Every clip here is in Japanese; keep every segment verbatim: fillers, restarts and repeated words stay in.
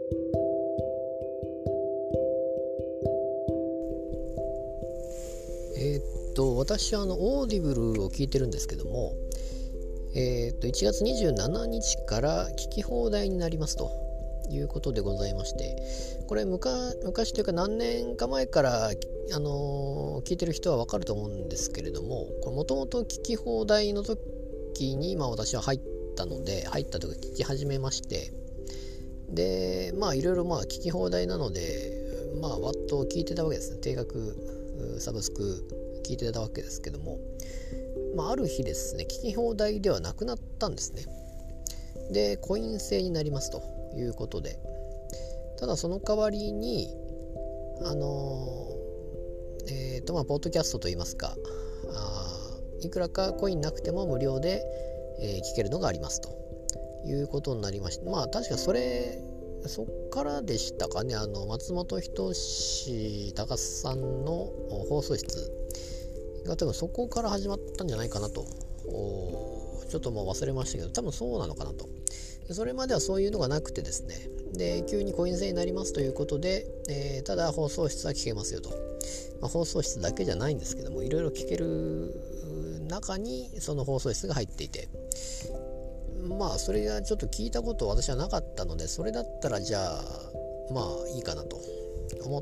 えーっと私はあのオーディブルを聞いてるんですけども、えーっといちがつにじゅうしちにちから聞き放題になりますということでございまして、これ 昔, 昔というか何年か前から、あのー聞いてる人は分かると思うんですけれども、もともと聞き放題の時に、まあ、私は入ったので入ったというか聞き始めまして、でまあいろいろまあ聞き放題なので、まあわっと聞いてたわけですね。定額サブスク聞いてたわけですけども、まあ、ある日ですね、聞き放題ではなくなったんですね。でコイン制になりますということで、ただその代わりにあのー、えーとまあポッドキャストといいますか、あいくらかコインなくても無料で、えー、聞けるのがありますということになりまして、まあ確かそれそっからでしたかね。あの松本人志隆さんの放送室が多分そこから始まったんじゃないかなと、ちょっともう忘れましたけど、多分そうなのかなと。それまではそういうのがなくてですね、で急にコイン制になりますということで、えー、ただ放送室は聞けますよと、まあ、放送室だけじゃないんですけども、いろいろ聞ける中にその放送室が入っていて、まあそれがちょっと聞いたこと私はなかったので、それだったらじゃあまあいいかなと思って、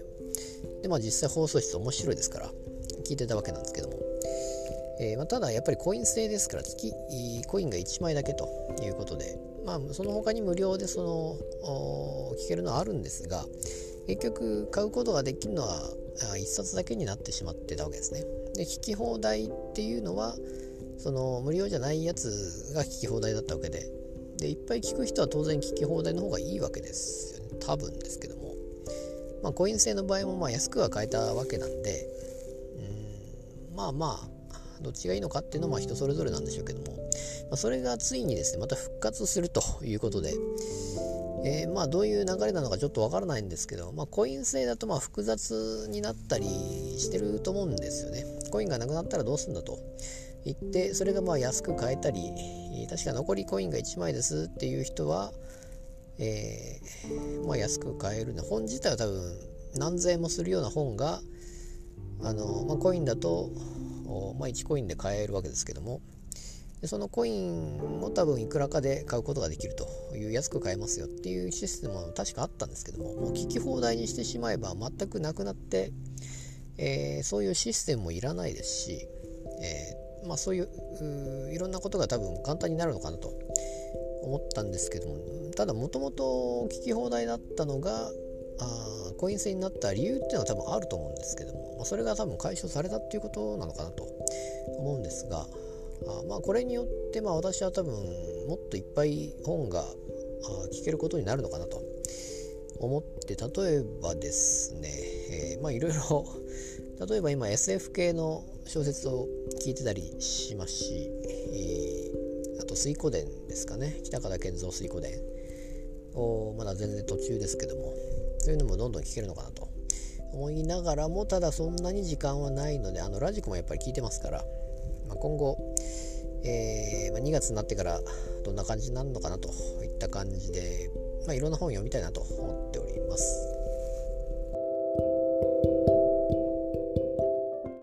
でまあ実際放送室面白いですから聞いてたわけなんですけども、えーまあ、ただやっぱりコイン制ですから月コインがいちまいだけということで、まあその他に無料でその聞けるのはあるんですが、結局買うことができるのはいっさつだけになってしまってたわけですね。で聞き放題っていうのはその無料じゃないやつが聞き放題だったわけで、でいっぱい聞く人は当然聞き放題の方がいいわけですよね、多分ですけども、まあコイン制の場合もまあ安くは買えたわけなんで、うーんまあまあどっちがいいのかっていうのはまあ人それぞれなんでしょうけども、まあ、それがついにですねまた復活するということで、えー、まあどういう流れなのかちょっとわからないんですけど、まあ、コイン制だとまあ複雑になったりしてると思うんですよね。コインがなくなったらどうするんだと言って、それがまあ安く買えたり、確か残りコインがいちまいですっていう人は、えーまあ、安く買えるね。本自体は多分何千円もするような本があの、まあ、コインだと、まあ、いちコインで買えるわけですけども、でそのコインも多分いくらかで買うことができるという、安く買えますよっていうシステムも確かあったんですけども、もう聞き放題にしてしまえば全くなくなって、えー、そういうシステムもいらないですし、えーまあ、そういう、ういろんなことが多分簡単になるのかなと思ったんですけども、ただもともと聞き放題だったのがあコイン制になった理由っていうのは多分あると思うんですけども、まあ、それが多分解消されたっていうことなのかなと思うんですが、あまあこれによってまあ私は多分もっといっぱい本が聞けることになるのかなと思って、例えばですね、えー、まあいろいろ例えば今 エスエフ 系の小説を聞いてたりしますし、えー、あと水湖伝ですかね、北方健三水湖伝をまだ全然途中ですけども、そういうのもどんどん聞けるのかなと思いながらも、ただそんなに時間はないので、あのラジコもやっぱり聞いてますから、まあ、今後、えーまあ、にがつになってからどんな感じになるのかなといった感じで、まあ、いろんな本を読みたいなと思っております。